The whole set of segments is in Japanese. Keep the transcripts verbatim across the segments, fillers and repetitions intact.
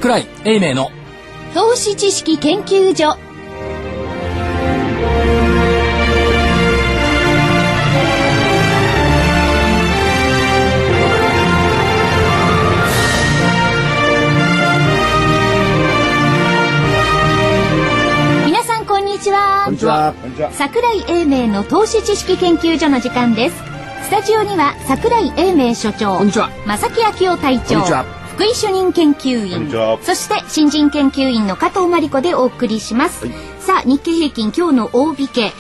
櫻井英明の投資知識研究所。皆さんこんにちは。 こんにちは。 櫻井英明の投資知識研究所の時間です。スタジオには櫻井英明所長、 こんにちは。 正木昭夫隊長、福井主任研究員、そして新人研究員の加藤真理子でお送りします、はい、さあ日経平均今日の大引け、はい、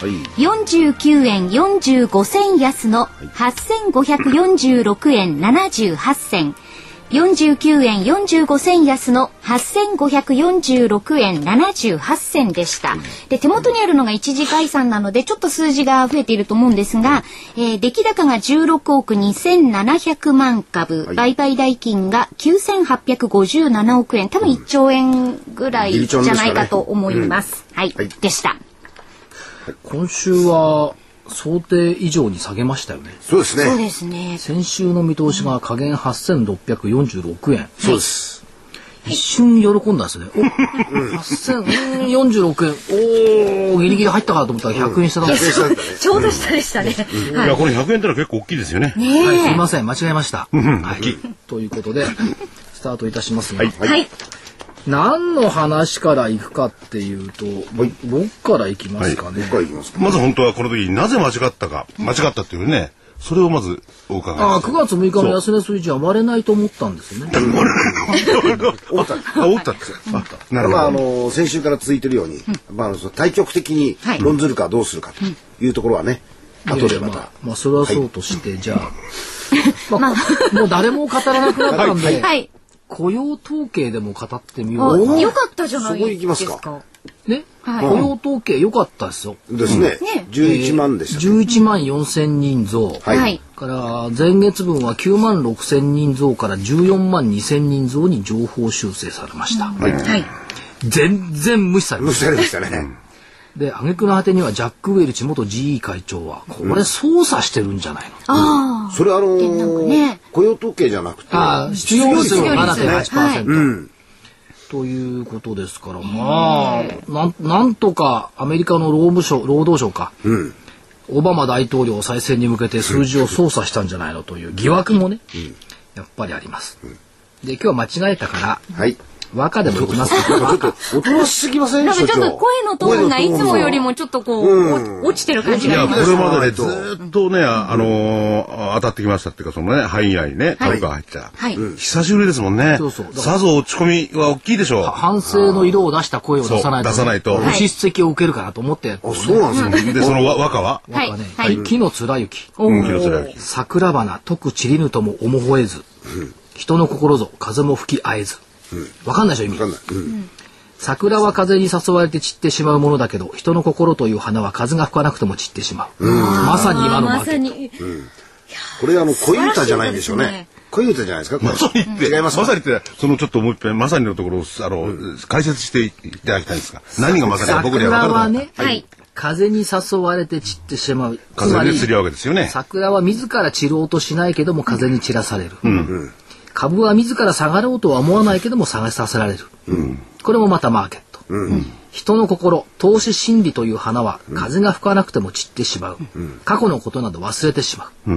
よんじゅうきゅうえんよんじゅうご銭安のはっせんごひゃくよんじゅうろくえんななじゅうはち銭、よんじゅうきゅうえんよんじゅうご銭安のはっせんごひゃくよんじゅうろくえんななじゅうはち銭でした。で、手元にあるのが一時概算なのでちょっと数字が増えていると思うんですが、えー、出来高がじゅうろくおくにせんななひゃくまんかぶ、はい、売買代金がきゅうせんはっぴゃくごじゅうななおくえん、多分いっちょうえんぐらいじゃないかと思います。うん、はい、はい、でした。 今週は想定以上に下げましたよね。 そうですね。 そうですね。 先週の見通しが下限はっせんろっぴゃくよんじゅうろくえん。 そうです。 一瞬喜んだんですね。お、はっせんよんじゅうろくえん。おー、ギリギリ入ったかと思ったらひゃくえん下だった。 ちょうど下でしたね。 いや、これひゃくえんってのは結構大きいですよね。 ねえ、 はい、すみません、間違えました。 はい。 ということでスタートいたしますが、 はい。 はい。 何の話からいくかっていうと、はい、僕からいきますかね。 はい、まず本当はこの時になぜ間違ったか、間違ったっていうね、それをまずお伺いします。 ああ、くがつむいかの安値水準は割れないと思ったんですよね。 思ったあ思ったんですよ。あ、なるほど。 まあ、あの先週から続いてるように、うん、まあその対極的に論ずるかどうするかというところはね、うん、後でまた。 まあ、まあそれはそうとして、はい、じゃあ、まあ、もう誰も語らなくなったんで。はいはい、雇用統計でも語ってみようかな。 よかったじゃないですか。 そこ行きますか。 ね、はい、雇用統計良かったですよ。 ですね。うん、じゅういちまんでした、ね。 じゅういちまんよんせんにん増。 はい。 から前月分はきゅうまんろくせんにん増からじゅうよんまんにせんにん増に上方修正されました。 はい。はい。 全然無視されました。 無視されましたね。 で、挙句の果てにはジャック・ウェルチ元 ジーイー 会長はこれ操作してるんじゃないの。 ああ。 それあのーね、雇用統計じゃなくて、 ああ、失業率が ななてんはちパーセント、 はい、うん、 ということですから、まあなんなんとかアメリカの労務省労働省か、うん、オバマ大統領再選に向けて数字を操作したんじゃないのという疑惑もね、うん、やっぱりあります。うん、で、今日は間違えたから、はい。和歌でもいきますけど、 ちょっとおとなしすぎません？ なんかちょっと声のトーンがいつもよりもちょっとこう、うん、落ちてる感じがあります。 いや、これまでね、ずっとね、あのー、当たってきましたっていうか、そのね、範囲内にね、株価が入った。はい。久しぶりですもんね。そうそう。さぞ落ち込みは大きいでしょう。 反省の色を出した声を出さないと、 出さないと。 押し付けを受けるかなと思って。 あ、そうなんですね。 で、その和歌は和歌ね、はい。木の貫之。 木の貫之。 桜花、徳散りぬとも思ほえず。人の心ぞ、風も吹き合えず。わかんないでしょ意味。わかんない。うん、桜は風に誘われて散ってしまうものだけど、人の心という花は風が吹かなくても散ってしまう。うん、まさに今のマーケット。うん、 これあの恋歌じゃないんでしょうね。恋歌じゃないですか。 まさにって違います。まさにってそのちょっともう一遍まさにのところをあの、うん、解説していただきたいんですが、何がまさにか僕には分かるか。 桜はね、はい、風に誘われて散ってしまう。 風で散るわけですよね。 桜は自ら散ろうとしないけども風に散らされる。うんうん株は自ら下がろうとは思わないけども下げさせられる、うん、これもまたマーケット、うん、人の心投資心理という花は風が吹かなくても散ってしまう、うん、過去のことなど忘れてしまう、うん、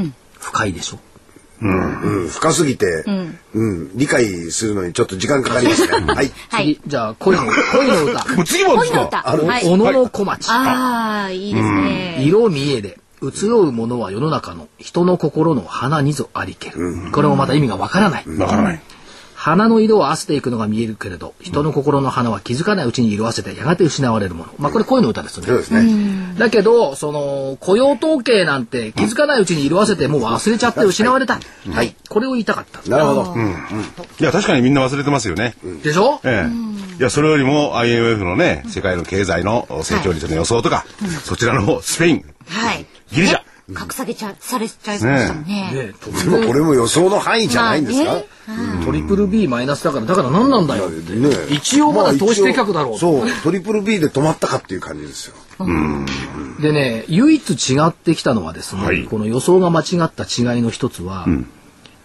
深いでしょ、 うんうん、深すぎて、うんうん、理解するのにちょっと時間かかりますねはい、 はい、次じゃあ恋の恋の歌もう次もですかあの、はい、小野の小町、 ああいいですね、 色見えで移ろうものは世の中の人の心の花にぞありける、うん、これもまた意味がわからない、 わからない。 花の色を合わせていくのが見えるけれど、人の心の花は気づかないうちに色あせてやがて失われるもの、まあこれ恋の歌ですよね。 そうですね。 だけどその雇用統計なんて気づかないうちに色あせてもう忘れちゃって失われた、はいはい、これを言いたかった。 なるほど、うんうん、 いや確かにみんな忘れてますよね、 うん、でしょ、 ええ、いやそれよりも アイエムエフ のね世界の経済の成長率の予想とか、はい、そちらのスペイン、はい、ギリシャ格下げちゃされちゃいましたもんね。 ねでもこれも予想の範囲じゃないんですか。 まあね、トリプル B マイナスだからだから何なんだよって、ね、一応まだ投資的確だろう、まあ、 そうトリプル B で止まったかっていう感じですよ。 うんでね唯一違ってきたのはですね、はい、この予想が間違った違いの一つは、うん、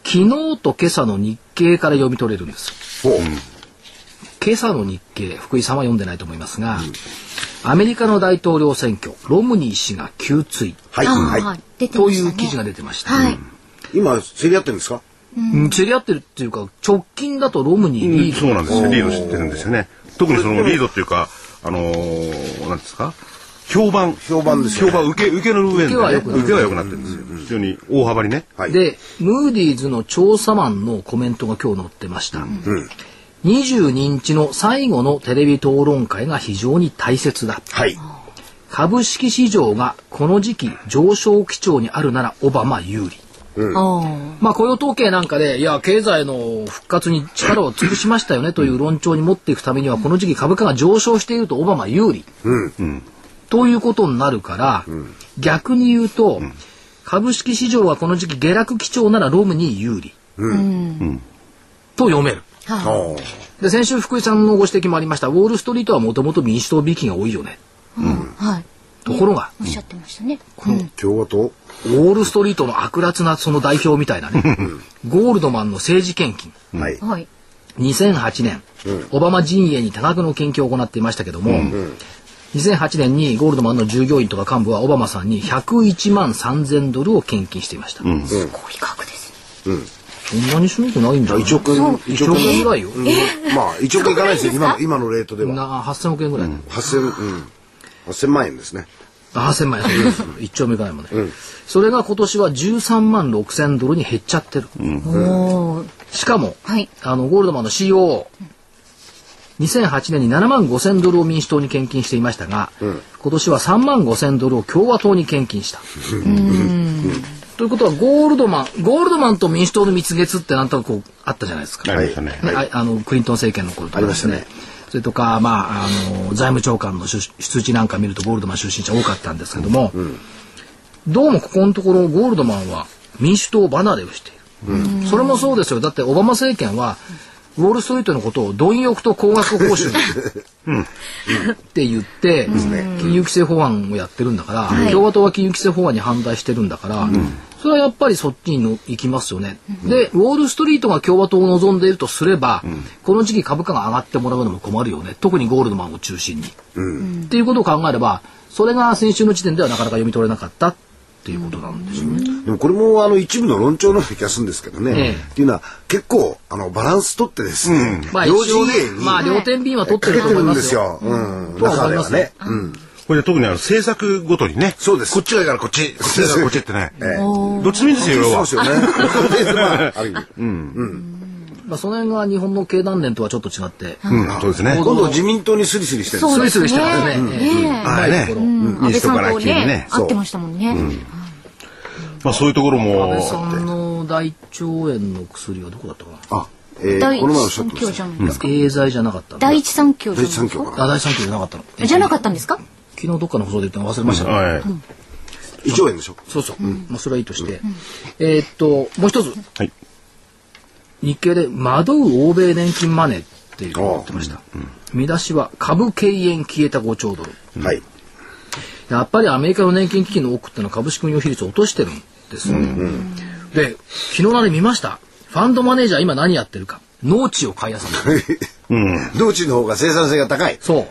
昨日と今朝の日経から読み取れるんです。うん、今朝の日経、福井さんは読んでないと思いますが、うん、アメリカの大統領選挙、ロムニー氏が急墜、 はいはい、 という記事が出てました。 はい、 うん、今競り合ってるんですか？ うん、競り合ってるっていうか直近だとロムニーリード、 うん、そうなんですよ。リードしてるんですよね。特にそのリードっていうか、あのー、なんですか、評判評判ですよ、ね、 評判受け受けの上で、ね、 受けは良くなってる、 受けは良くなってるんですよ、うんうん、非常に大幅にね、 はい、でムーディーズの調査マンのコメントが今日載ってました、うん、にじゅうににちの最後のテレビ討論会が非常に大切だ、 はい、 株式市場がこの時期上昇基調にあるならオバマ有利、うん、まあ雇用統計なんかでいや経済の復活に力を尽くしましたよねという論調に持っていくためにはこの時期株価が上昇しているとオバマ有利、うんうん、ということになるから、うん、逆に言うと、うん、株式市場はこの時期下落基調ならロムに有利、うん、と読める、はあ、で先週福井さんのご指摘もありましたウォールストリートはもともと民主党びいきが多いよね、うん、はい、ところが、 おっしゃってましたね、 この共和党ウォールストリートの悪辣なその代表みたいなねゴールドマンの政治献金、はい、にせんはちねん、うん、オバマ陣営に多額の献金を行っていましたけども、うん、にせんはちねんにゴールドマンの従業員とか幹部はオバマさんにひゃくいちまんさんぜんドルを献金していました、うん、 すごい額ですね、うん、 そんなにすごくないんじゃない？いちおくえんいちおくえんぐらいよ、うん、 まあいちおくえんいかないですよ今の今のレートではなはっせんおくえんぐらい、うん、 はっせん、うん、はっせんまんえんですね。 はっせんまんえんいっちょうめいかないもんね、うん、それが今年はじゅうさんまんろくせんドルに減っちゃってる、うんうん、しかも、はい、あのゴールドマンの シーオーオー、にせんはちねんにななまんごせんドルを民主党に献金していましたが、うん、今年はさんまんごせんドルを共和党に献金した、うん、ということはゴールドマンゴールドマンと民主党の蜜月ってなんとなくこうあったじゃないですか、 ありましたね、 はい、あのクリントン政権の頃とかですね、それとか、まあ、あの財務長官の出自なんか見るとゴールドマン出身者多かったんですけども、うん、どうもここのところゴールドマンは民主党離れをしている、うん、それもそうですよ。だってオバマ政権はウォールストリートのことを貪欲と高額報酬って言って、うん、金融規制法案をやってるんだから、はい、共和党は金融規制法案に反対してるんだから、うん、それはやっぱりそっちにの行きますよね、うん、でウォールストリートが共和党を望んでいるとすれば、うん、この時期株価が上がってもらうのも困るよね、特にゴールドマンを中心に、うん、っていうことを考えればそれが先週の時点ではなかなか読み取れなかったっていうことなんですよね、うん、 でもこれもあの一部の論調のような気がするんですけどね、ええっていうのは結構あのバランス取ってですね、 うん、まあ両陣営に、まあ、両天秤は取ってると思いますよ、 うんうん、中ではね、うん、 これ特にあの政策ごとにね、 そうです、 こっちがいいからこっち、こっちがいいからこっちってね、ええ、どっちでもいいんですよ、要は。 そうですよね。まあ、ある意味。うん。うん。まあ、その辺が日本の経団連とはちょっと違って。 うん、そうですね。 今度自民党にスリスリしてるんです。 スリスリしてますね。 あれね。 民主党から急にね、合ってましたもんね。 まあ、そういうところも。 安倍さんの大腸炎の薬はどこだったかな。 あ、えー、この前おっしゃってました。 エーザイじゃなかった。 第一三共じゃないですか。 あ、第一三共じゃなかったの。 じゃなかったんですか。 昨日どっかの放送で言ったの忘れましたね。はい。 胃腸炎でしょ。 そうそう。まあそれはいいとして、えっともう一つ。はい。日経で惑う欧米年金マネーっていうのを言ってました。見出しは株敬遠消えたごちょうドル。はい。やっぱりアメリカの年金基金の多くっていうのは株式運用比率を落としてるんですよ。で、昨日あれ見ました。ファンドマネージャー今何やってるか。農地を買いあさる。 農地の方が生産性が高い。 そう。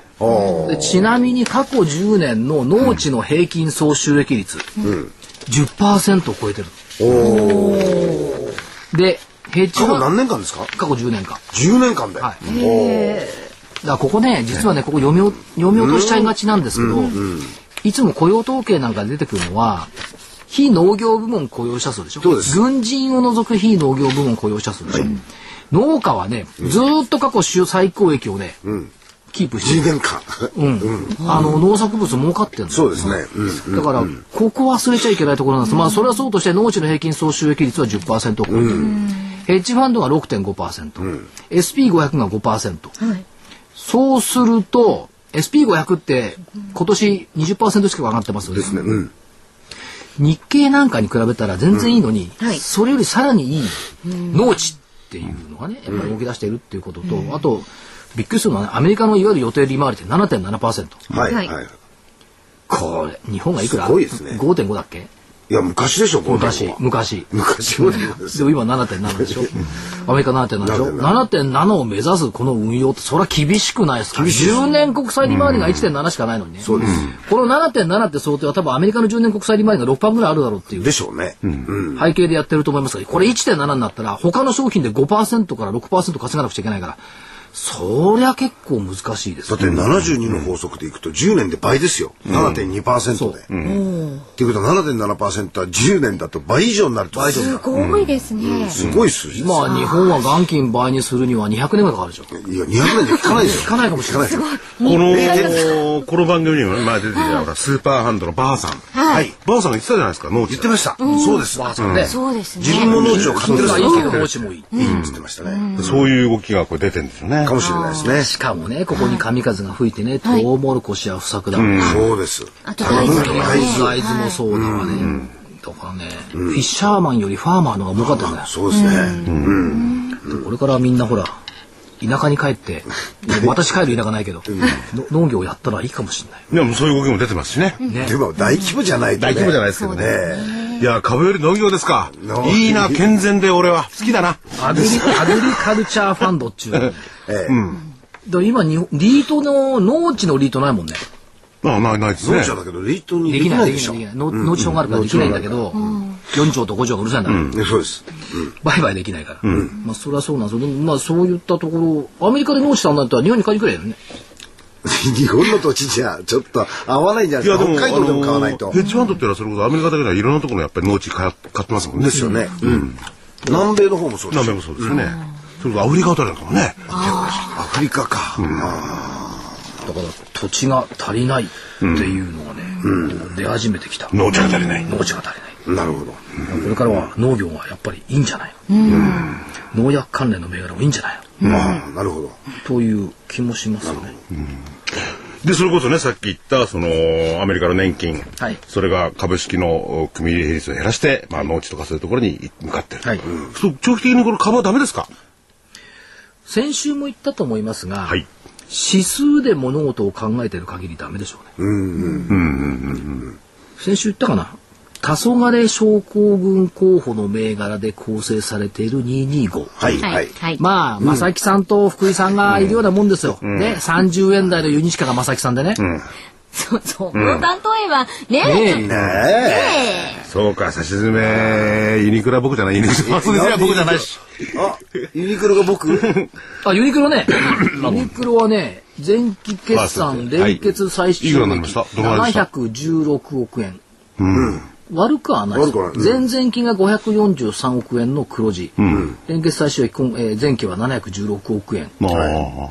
でちなみに過去じゅうねんの農地の平均総収益率、うん、じゅっパーセント を超えてる。おで、平地は過去何年間ですか？ 過去じゅうねんかん。 じゅうねんかんで。はい。 へだからここね、実はね、ここ読み読み落としちゃいがちなんですけど、うんうん、いつも雇用統計なんかで出てくるのは、非農業部門雇用者数でしょ。 そうです。 軍人を除く非農業部門雇用者数でしょ。はい、農家はね、ずーっと過去最高益をね、うん、キープしてる。 じゅうねんかん。うん。 うん、あの、農作物儲かってるんだ。 そうですね。 うん、だから、うん、ここ忘れちゃいけないところなんです。まあ、それはそうとして、農地の平均総収益率は じゅっパーセント を超えてる。うん、ヘッジファンドが ろくてんごパーセント、うん、エスピーごひゃく が ごパーセント、はい。そうすると、エスピーごひゃく って今年 にじゅっパーセント 近く上がってますよね。ですね。うん、日経なんかに比べたら全然いいのに、うんはい、それよりさらにいい農地っていうのがね、やっぱり動き出しているっていうことと、うん、あとびっくりするのは、ね、アメリカのいわゆる予定利回りって ななてんななパーセント。 はいはい。 これ日本がいくら？ すごいですね。 ごてんご だっけ？ いや昔でしょ昔昔昔もでも今 ななてんなな でしょアメリカ ななてんなな でしょ ななてんなな を目指すこの運用ってそれは厳しくないですか。じゅうねん国債利回りが いってんなな しかないのにね、 そうです。 この ななてんなな って想定は多分アメリカのじゅうねん国債利回りが ろくパーセント ぐらいあるだろうっていうでしょうね、 背景でやってると思いますが、これ いってんなな になったら他の商品で ごパーセント から ろくパーセント 稼がなくちゃいけないから、そりゃ結構難しいです、 ね、だってななじゅうにの法則でいくとじゅうねんで倍ですよ、うん、ななてんにパーセント で、うん、っていうことは ななてんななパーセント はじゅうねんだと倍以上になると。 すごいですね、 うん、すごい数字です。 まあ日本は元金倍にするにはにひゃくねんがかかるでしょ。 いやにひゃくねんで効かないですよ。 効かないかもしれない。 すごい。 このこの番組にも前出てきたスーパーハンドのバーさん、はい、バーさんが言ってたじゃないですか、農地言ってました、うん、そうです、 バーさんね、 そうですね、 自分も農地を買ってる人いいけど農地もいい、 うん、いいって言ってましたね、 うん、そういう動きがこれ出てるんですよね。 かもしれないですね。 しかもね、ここに神風が吹いてね、トウモロコシや不作だ、うん、 そうです。 あと大豆ね、 大豆もそうだわね、うん、だからね、うん、フィッシャーマンよりファーマーの方が儲かったんだよ。 そうですね、うんうん、これからみんなほら田舎に帰って私帰る田舎ないけど、うん、農業やったらいいかもしれない。 でもそういう動きも出てますしね。 ね、でも大規模じゃないと、ね、 大規模じゃないですけどね。いや株より農業ですか。いいな、健全で俺は好きだな。 アグリアグリカルチャーファンドっちゅう、ええ、うん、だ今にリートの農地のリートないもんね。 ああ、ないないですね。 農地だけどリートにできないでしょ。 できないできない、農地法があるからできないんだけど、うん、よんちょうとごちょうがうるさいんだから、うん、 そうです、 うん、売買できないから、うん、まあそれはそうなんですよ。でもまあそういったところアメリカで農地さんだったら日本に帰りくらいだよね。 日本の土地じゃちょっと合わないんじゃないですか。北海道でも買わないと。 ヘッジファンドってのはそれこそアメリカだけではいろんなところのやっぱり農地買ってますもんね。 ですよね、うんうん、南米の方もそうです。 南米もそうですよね、うん、それこそアフリカあたりだからね。 アフリカか、うん、 だから土地が足りないっていうのがね、うん、出始めてきた。 農地が足りない。 農地が足りない。 なるほど。 これからは農業がやっぱりいいんじゃないの、うん、農薬関連の銘柄もいいんじゃないの、 うん、ああ、なるほど。 という気もしますよね。 でそれこそね、さっき言ったそのアメリカの年金、はい、それが株式の組入れ比率を減らして、まあ、農地とかそういうところに向かってる、はい、うん、そう長期的にこの株はダメですか。 先週も言ったと思いますが、はい、指数で物事を考えている限りダメでしょうね。うんうんうんうん、先週言ったかな。黄昏症候群候補の銘柄で構成されているにひゃくにじゅうご、はいはい、まあ、うん、正木さんと福井さんがいるようなもんですよ、うん、ね、さんじゅうえん台のユニシカが正木さんでね、うん、 そその例えはねえ、ねえ、ねえ、そうか、差し詰めユニクロは僕じゃない、ユニクロは僕じゃないし、 あ、ユニクロが僕あ、ユニクロねユニクロはね、前期決算連結最終益ななひゃくじゅうろくおくえん、うん、悪くはないです。うん、前々期がごひゃくよんじゅうさんおくえんの黒字、うん、連結最終益、えー、前期はななひゃくじゅうろくおくえん、はい、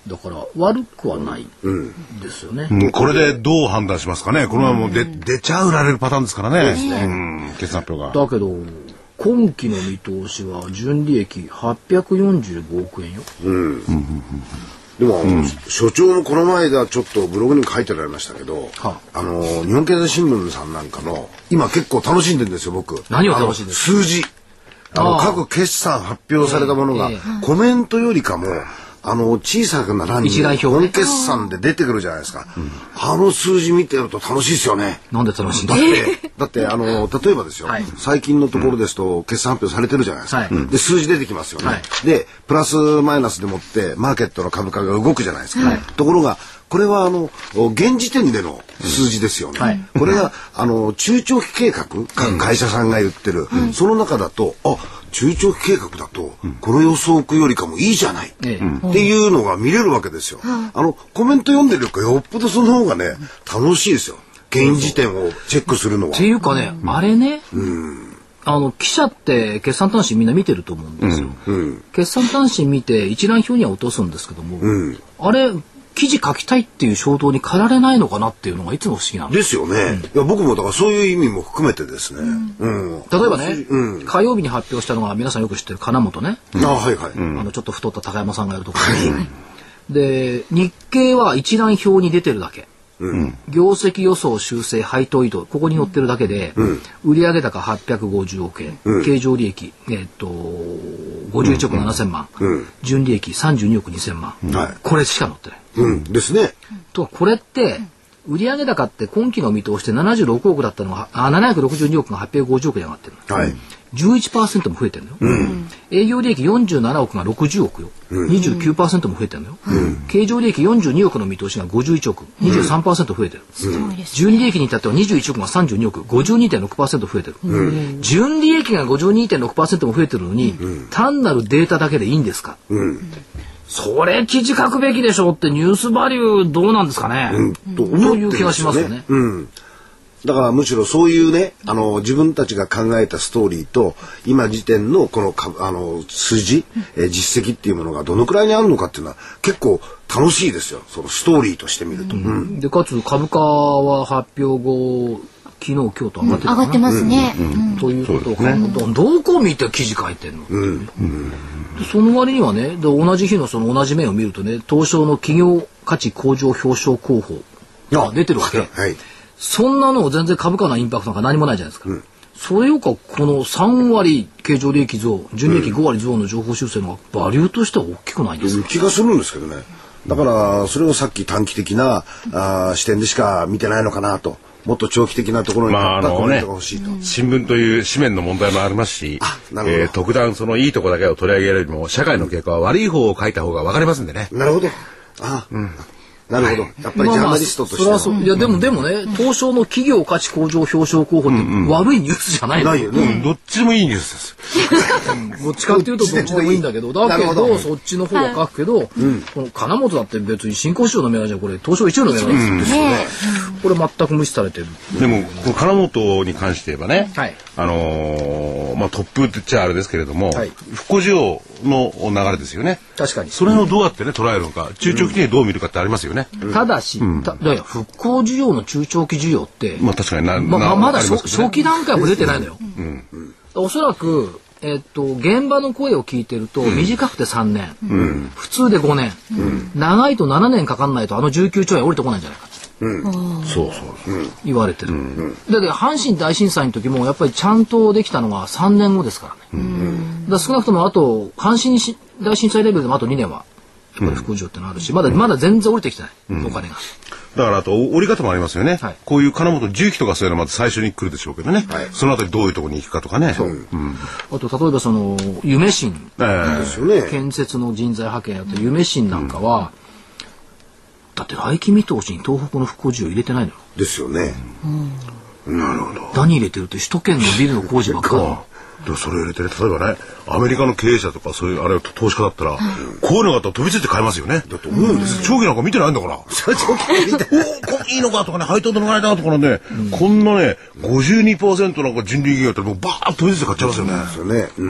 だから悪くはないですよね、 うん、これでどう判断しますかね。これはもうで、うん、出ちゃうられるパターンですからね、ですね、うん、決算発表が。 だけど今期の見通しは純利益はっぴゃくよんじゅうごおくえんよ、うんうん、 でも、うん、所長もこの前だちょっとブログに書いてられましたけど、はあ、あの日本経済新聞さんなんかの今結構楽しんでるんですよ僕。 何を楽しんでる？ 数字、あの各決算発表されたものが、えーえー、コメントよりかもあの小さな欄に本決算で出てくるじゃないですか、うん、あの数字見てると楽しいですよね。 なんで楽しいんだって、だってあの例えばですよ、はい、最近のところですと、うん、決算発表されてるじゃないですか、はい、で数字出てきますよね、はい、でプラスマイナスでもってマーケットの株価が動くじゃないですか、はい、ところがこれはあの現時点での数字ですよね、うん、はい、これがあの中長期計画、各会社さんが言ってる、うん、その中だとあ中長期計画だと、うん、この予想よりかもいいじゃない、うん、っていうのが見れるわけですよ、うん、あのコメント読んでるよりよっぽどその方がね楽しいですよ、現時点をチェックするのは。 っていうかね、うん、あれね、うん、あの記者って決算単身みんな見てると思うんですよ、うんうん、決算単身見て一覧表には落とすんですけども、うん、あれ記事書きたいっていう衝動に駆られないのかなっていうのがいつも不思議なんです。 ですよね、うん、いや僕もだからそういう意味も含めてですね、うんうん、例えばね、うん、火曜日に発表したのが皆さんよく知ってる金本ね、 うん、あ、はいはい、 あのちょっと太った高山さんがやるところ、ね、で日経は一覧表に出てるだけ、うん、業績予想修正配当意図ここに載ってるだけで、うん、売上高はっぴゃくごじゅうおくえん、うん、経常利益、えー、っとごじゅういちおくななせんまん、うん、純利益さんじゅうにおくにせんまん、うん、これしか載ってない、 うん、ですね。 とこれって売上高って今期の見通しでななじゅうろくおくだったのが、あ、ななひゃくろくじゅうにおくがはっぴゃくごじゅうおくに上がってるの。はい。じゅういちパーセント も増えてるのよ。うん、営業利益よんじゅうななおくがろくじゅうおくよ。うん、にじゅうきゅうパーセント も増えてるのよ。うん、経常利益よんじゅうにおくの見通しがごじゅういちおく、にじゅうさんパーセント 増えてる。うん、純利益に至ってはにじゅういちおくがさんじゅうにおく、ごじゅうにてんろくパーセント 増えてる。うん、純利益が ごじゅうにてんろくパーセント も増えてるのに、うん、単なるデータだけでいいんですか、うん、それ記事書くべきでしょうってニュースバリューどうなんですかね、うん、という気がしますよね。 うんだからむしろそういうね、あの自分たちが考えたストーリーと今時点のこのかあの数字、えー、実績っていうものがどのくらいにあるのかっていうのは結構楽しいですよ。そのストーリーとして見ると。うんうん、 でかつ株価は発表後昨日今日と上がってるかな、 上がってますね。 うんうん、ということを考えると、どこ見て記事書いてんの、うんうん、その割にはね、で同じ日のその同じ面を見るとね、東証の企業価値向上表彰候補が出てるわけ。はいそんなの全然株価のインパクトなんか何もないじゃないですか。うん、それよかこのさんわり経常利益増、純利益ごわり増の情報修正のバリューとしては大きくないですか、 うん、気がするんですけどね。だからそれをさっき短期的なあ視点でしか見てないのかなと。もっと長期的なところに立ったコメントが欲しいと、まあね、 新聞という紙面の問題もありますし、えー、特段そのいいところだけを取り上げるよりも社会の結果は悪い方を書いた方が分かりますんでね。 なるほど。あ、うんなるほど、はい、やっぱりジャーナリストとしては、まあまあ、 いやでもでもね、東証の企業価値向上表彰候補って悪いニュースじゃないの、 ないよね、 うん、どっちでもいいニュースですどっちかっていうとどっちでもいいんだけどだけど、どそっちの方は書くけど、はい、この金本だって別に新興市場の銘柄じゃこれ東証一部の銘柄ですよね、うん、これ全く無視されてる。 でもこの金本に関して言えばね、はい、あのー、まあトップって言っちゃあれですけれども、はい、復興需要の流れですよね。 確かにそれをどうやってね捉えるのか、中長期的にどう見るかってありますよね、 うん、ただし、うん、ただ復興需要の中長期需要ってまあ確かにな、 まままだ初、ね、初期段階も出てないのよ、うんうん、おそらくえっと、現場の声を聞いてると、うん、短くてさんねん、うん、普通でごねん、うん、長いとななねんかかんないとあのじゅうきゅうちょうえん降りてこないんじゃないかと、うん、 そうそう、 うん、言われてる、うん、だって阪神大震災の時もやっぱりちゃんとできたのがさんねんごですからね、うん、だから少なくともあと阪神大震災レベルでもあとにねんはやっぱり復興需要ってのあるし、まだまだ全然降りてきてない、うん、お金が。 だからあと折り方もありますよね、はい、こういう金本重機とかそういうのまず最初に来るでしょうけどね、はい、そのあたりどういうところに行くかとかね、そう、うん、 あと例えばその夢新、えー、建設の人材派遣やった夢新なんかは、うん、だって来期見通しに東北の復興需要入れてないのよ。 ですよね、 うん、なるほど。 何入れてるって首都圏のビルの工事ばっかりでもそれを入れてね、例えばねアメリカの経営者とかそういうあれ投資家だったら、うん、こういうのがあったら飛びついて買いますよね。だと思うんですよ。長期なんか見てないんだから長期見ておおいいのかとかね配当どのぐらいだとかね、うん、こんなね ごじゅうにパーセント なんか人力業ってもうバーッと飛びついて買っちゃいますよね、うん、ですよね、うん、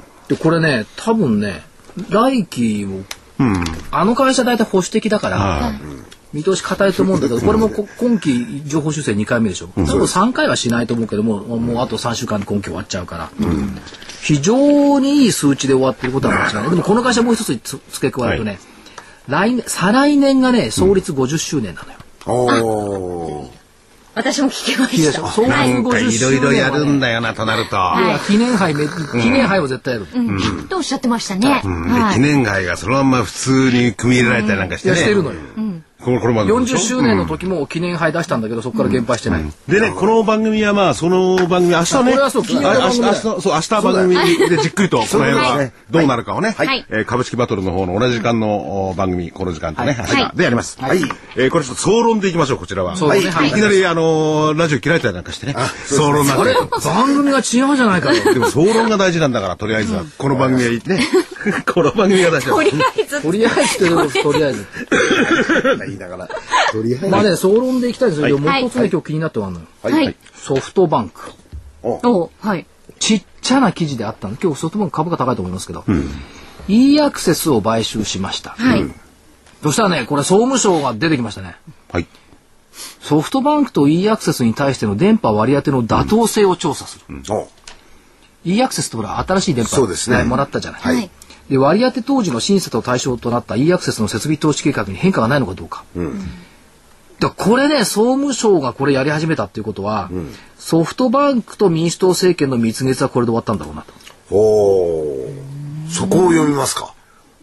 でこれね多分ね来期を、うん、あの会社大体保守的だから、うん見通し硬いと思うんだけど、これも今期情報修正にかいめでしょ。多分さんかいはしないと思うけども、もうあとさんしゅうかんで今期終わっちゃうから、うん、非常にいい数値で終わってることは間違いない。でもこの会社もう一つ付け加えるとね、はい、来年再来年がね創立ごじゅっしゅうねんなのよ。 おー私も聞きました。 そうなんかいろいろやるんだよなとなると。 はい、記念杯め、記念杯を絶対やる。 うん。とおっしゃってましたね。 うんはい、で記念杯がそのまんま普通に組み入れられたりなんかしてね。 いやしてるのよ。うんこれこれまでよんじゅっしゅうねんの時も記念杯出したんだけど、そこから減杯してない、うん、 でねこの番組はまあその番組明日ねこれはそう金曜日明日そう明日番組でじっくりとこの辺はどうなるかをね、はいえー、株式バトルの方の同じ時間の番組この時間とね、はい、でやります、はいえー、これちょっと総論でいきましょう。こちらは、はいはい、いきなりあのー、ラジオ切られたりなんかしてね総論なんで番組が違うじゃないかよでも総論が大事なんだからとりあえずはこの番組はねこの番組が大事だとりあえずとりあえずとりあえず言いながらまあね、総論でいきたいんですけど、はい、もう一つね、はい、今日気になってはあるのよ、はい。ソフトバンク。 おはい。 ちっちゃな記事であったの。今日ソフトバンク株価高いと思いますけど、うん、E アクセスを買収しました。はい。そしたらね、これ総務省が出てきましたね。はい。ソフトバンクと E アクセスに対しての電波割り当ての妥当性を調査する。うんうん、E アクセスってほら新しい電波を、ね、もらったじゃない。はい。で割り当て当時の審査と対象となった E アクセスの設備投資計画に変化がないのかどうか。うんでこれね総務省がこれやり始めたっていうことは、うん、ソフトバンクと民主党政権の蜜月はこれで終わったんだろうなと。 おそこを読みますか。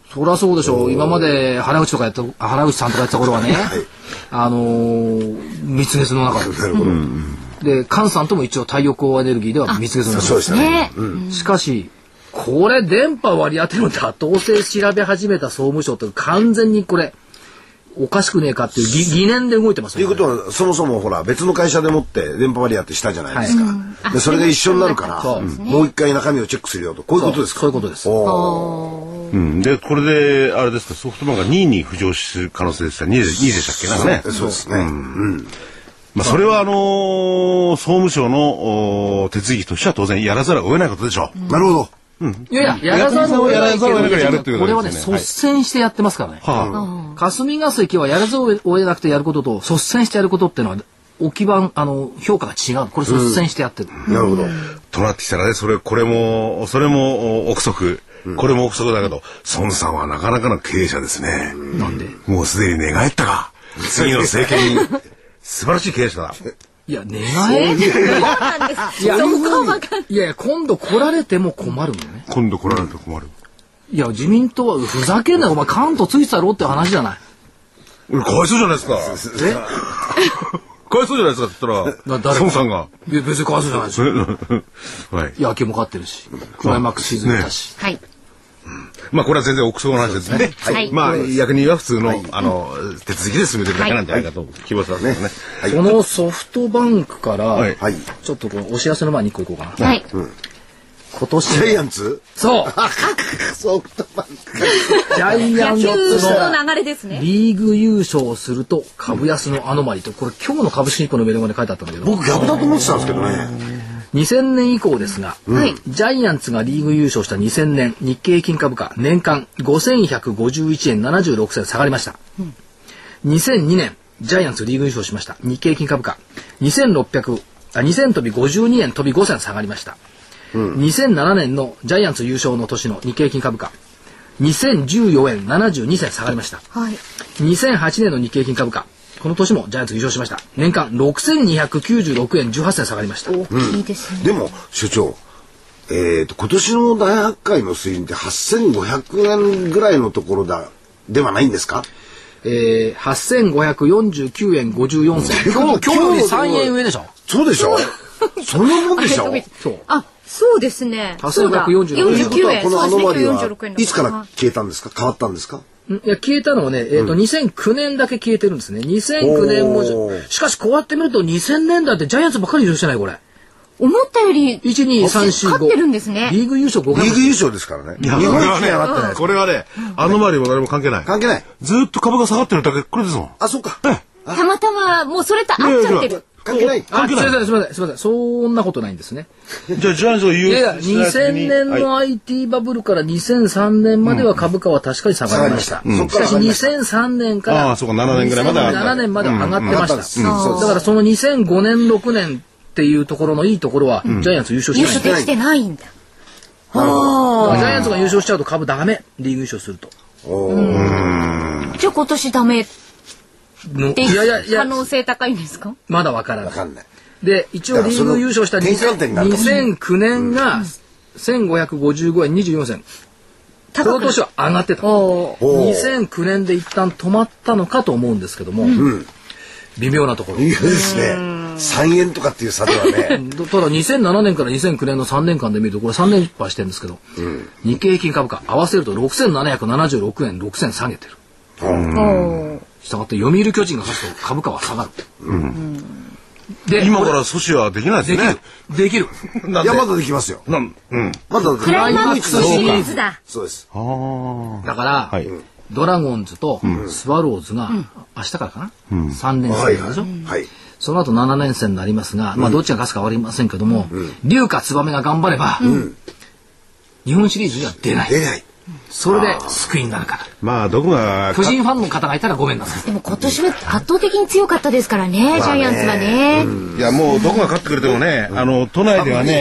そりゃそうでしょう。今まで原口とかやった原口さんとかやってた頃はね、はい、あのー、蜜月の中で。なるほど。で菅さんとも一応太陽光エネルギーでは蜜月の中で。 そうでしたね。 うん、しかしこれ電波割り当てるんだ統制調べ始めた総務省って完全にこれおかしくねえかっていう疑念で動いてますよね。ということはそもそもほら別の会社でもって電波割り当てしたじゃないですか。はい、でそれが一緒になるから、うん、もう一回中身をチェックするよとこういうことですか。 そういうことです。 うん、でこれであれですかソフトバンクがにいに浮上する可能性でした。にいでしたっけなんかね。 そうですね。うんうんまあ、それはあのー、総務省の手続きとしては当然やらざるを得ないことでしょう。 うん、なるほど。 うん、いやいや、やらざるを得ないけど、これはね、率先してやってますからね。はあ、霞が関はやらざるを得なくてやることと、率先してやることっていうのは、置き場、あの、評価が違う。これ率先してやってる。 うん、なるほど。 となってきたらね、それ、これも、それも憶測。うん、これも憶測だけど、孫さんはなかなかの経営者ですね。 なんでもうすでに寝返ったか。次の政権に、素晴らしい経営者だ。 いや、寝返りいや、いや、今度来られても困るんだよね。 今度来られても困る。 いや、自民党はふざけんなよ。お前、関東ついてたろって話じゃない。 俺、かわいそうじゃないですか。えかわいそうじゃないですかって言ったら、孫さんが。 いや、別にかわいそうじゃないですよ。はい。野球も勝ってるし、クライマックス沈めたし。 はい。 まあこれは全然憶測の話ですね。はい。まあ逆に言えば普通のあの手続きで進めてるだけなんじゃないかと希望しますね。 このソフトバンクからちょっとこのお知らせの前に一個いこうかな。はい。今年ジャイアンツ？ そう。 ソフトバンク。 ジャイアンツの流れですね。 リーグ優勝すると株安のアノマリとこれ今日の株式日報のメルマガで書いてあったんだけど。 僕逆だと思ってたんですけどね。 にせんねん以降ですが、うん、ジャイアンツがリーグ優勝したにせんねん日経平均株価年間ごせんひゃくごじゅういちえんななじゅうろくせん下がりました、うん、にせんにねんジャイアンツリーグ優勝しました日経平均株価にせんろっぴゃくあにせん飛びごじゅうにえん飛びごせん下がりました、うん、にせんななねんのジャイアンツ優勝の年の日経平均株価にせんじゅうよえんななじゅうにせん下がりました、はい、にせんはちねんの日経平均株価この年もジャイアンツ優勝しました。年間ろくせんにひゃくきゅうじゅうろくえんじゅうはちせん下がりました。 大きいですね。 でも所長、えーと、今年の大発会の水準ってはっせんごひゃくえんぐらいのところだではないんですか？ えー、はっせんごひゃくよんじゅうきゅうえんごじゅうよんせん。今日よりさんえん上でしょ。 そうでしょ。そんなもんでしょ。 そう。あ、そうですね。 はっせんごひゃくよんじゅうきゅうえん。 このアノマリはいつから消えたんですか？変わったんですか？ いや消えたのはね、えーとうん、にせんきゅうねんだけ消えてるんですね。にせんきゅうねんもしかしこうやって見るとにせんねんだいってジャイアンツばっかり優勝してないこれ。 思ったよりいちにさんしご勝ってるんですね。 リーグ優勝ごかい。 リーグ優勝ですからね。日本一に上がってない。 これはね、アノマリも誰も関係ない。 関係ない。 ずっと株が下がってるだけこれですもん。 あ、そうか。 たまたまもうそれと合っちゃってる。 関係ない。 あ、すみませんすみませんすみません。そんなことないんですね。 じゃあジャイアンツを言う。 いやにせんねんの アイティー バブルからにせんさんねんまでは株価は確かに下がりました。しかしにせんさんねんからあそうかななねんぐらいまでななねんまでは上がってました。だからそのにせんごねんろくねんっていうところのいいところはジャイアンツ優勝してない。 優勝できてないんだ。 ジャイアンツが優勝しちゃうと株ダメ。リーグ優勝すると。 じゃあ今年ダメ。いやいやいや可能性高いんですか？ まだわからない。 わかんない。 で一応リーグ優勝したにせんきゅうねんがせんごひゃくごじゅうごえんにじゅうよんせん。この年は上がってた。にせんきゅうねんで一旦止まったのかと思うんですけども、うん、微妙なところ。 いいですね。さんえんとかっていう差ではね。 ただにせんななねんからにせんきゅうねんのさんねんかんで見るとこれさんねんぱしてるんですけど、うん、日経平均株価合わせるとろくせんななひゃくななじゅうろくえんろくせん下げてる。したがって読売巨人が勝つと株価は下がる。うんで今から阻止はできないですね。 できる。 できる。いやまだできますよ。 なん、うん。 まだクライマックスシリーズだ。 そうです。 だから、はい、ドラゴンズとスワローズが、うん、明日からかな、うん、さんねん戦でしょ。はい。その後ななねん戦になりますが、うん、まあどっちが勝つかわかりませんけども、うん、龍か燕が頑張れば、うん、日本シリーズには出ない。 出ない。 それで救いになるから。 まあどこが巨人ファンの方がいたらごめんなさい。 でも今年は圧倒的に強かったですからね、ジャイアンツはね。 いやもうどこが勝ってくれてもね、あの都内ではね、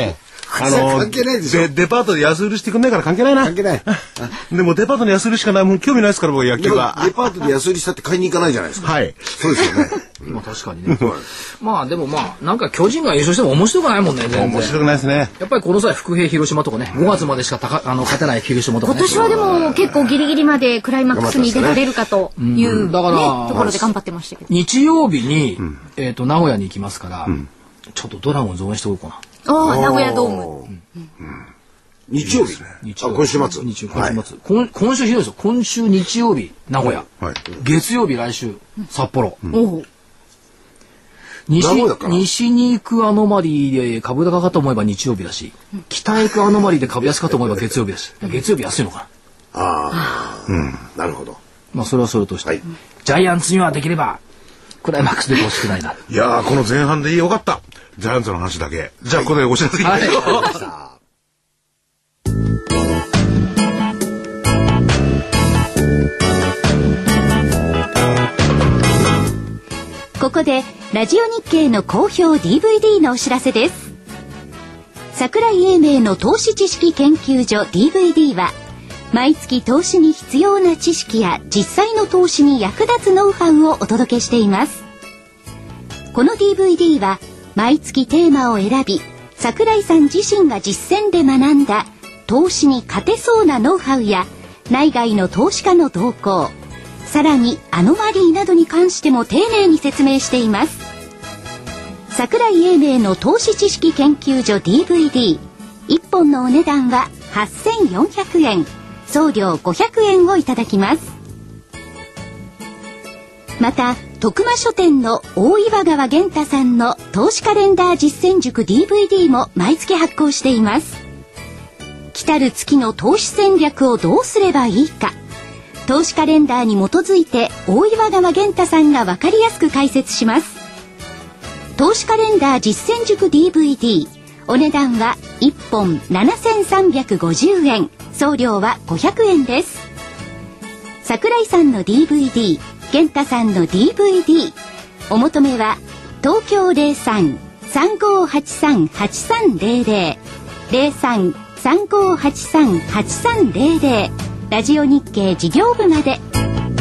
あの関係ないでしょ。 デパートで安売りしてくんないから関係ないな。 関係ない。 でもデパートで安売りしかないもん興味ないですから僕野球は。 デパートで安売りしたって買いに行かないじゃないですか。 はい。 そうですよね。 まあ確かにね。まあでもまあなんか巨人が優勝しても面白くないもんね。全然面白くないですね。 やっぱりこの際伏兵広島とかね、ごがつまでしかたかあの勝てない広島とかね。 今年はでも結構ギリギリまでクライマックスに出られるかという、ね、だからところで頑張ってましたけど。 日曜日に、うん、えっ、ー、と名古屋に行きますから、うん、ちょっとドラゴンズ応援しておこうかな。 ああ、名古屋ドーム。うんうん、 日曜日、日曜日、今週末、 日曜今週末、はい、今週ひどいですよ。今週日曜日名古屋、はい、月曜日来週札幌。うん、西, 西に行くアノマリーで株高かと思えば日曜日だし、北へ行くアノマリーで株安かと思えば月曜日だし、月曜日安いのかな。ああ、うん、なるほど。 まあそれはそれとして、はい、ジャイアンツにはできればクライマックスで欲しくないな。 いやーこの前半でよかった。ジャイアンツの話だけ。じゃあここでお知らせいきましょう。 ここでラジオ日経の好評 ディーブイディー のお知らせです。桜井英明の投資知識研究所 ディーブイディー は毎月投資に必要な知識や実際の投資に役立つノウハウをお届けしています。この ディーブイディー は毎月テーマを選び、桜井さん自身が実践で学んだ投資に勝てそうなノウハウや内外の投資家の動向、さらにアノマリーなどに関しても丁寧に説明しています。桜井英明の投資知識研究所 ディーブイディー、いっぽんのお値段ははっせんよんひゃくえん、送料ごひゃくえんをいただきます。また徳間書店の大岩川源太さんの投資カレンダー実践塾 ディーブイディー も毎月発行しています。来たる月の投資戦略をどうすればいいか、投資カレンダーに基づいて大岩川源太さんが分かりやすく解説します。投資カレンダー実践塾 ディーブイディー、お値段はいっぽんななせんさんびゃくごじゅうえん、送料はごひゃくえんです。桜井さんの ディーブイディー、源太さんの ディーブイディー、お求めは東京 ゼロさん さんごーはちさん はちさんゼロゼロ ゼロさん さんごーはちさん はちさんゼロゼロ、ラジオ日経事業部まで。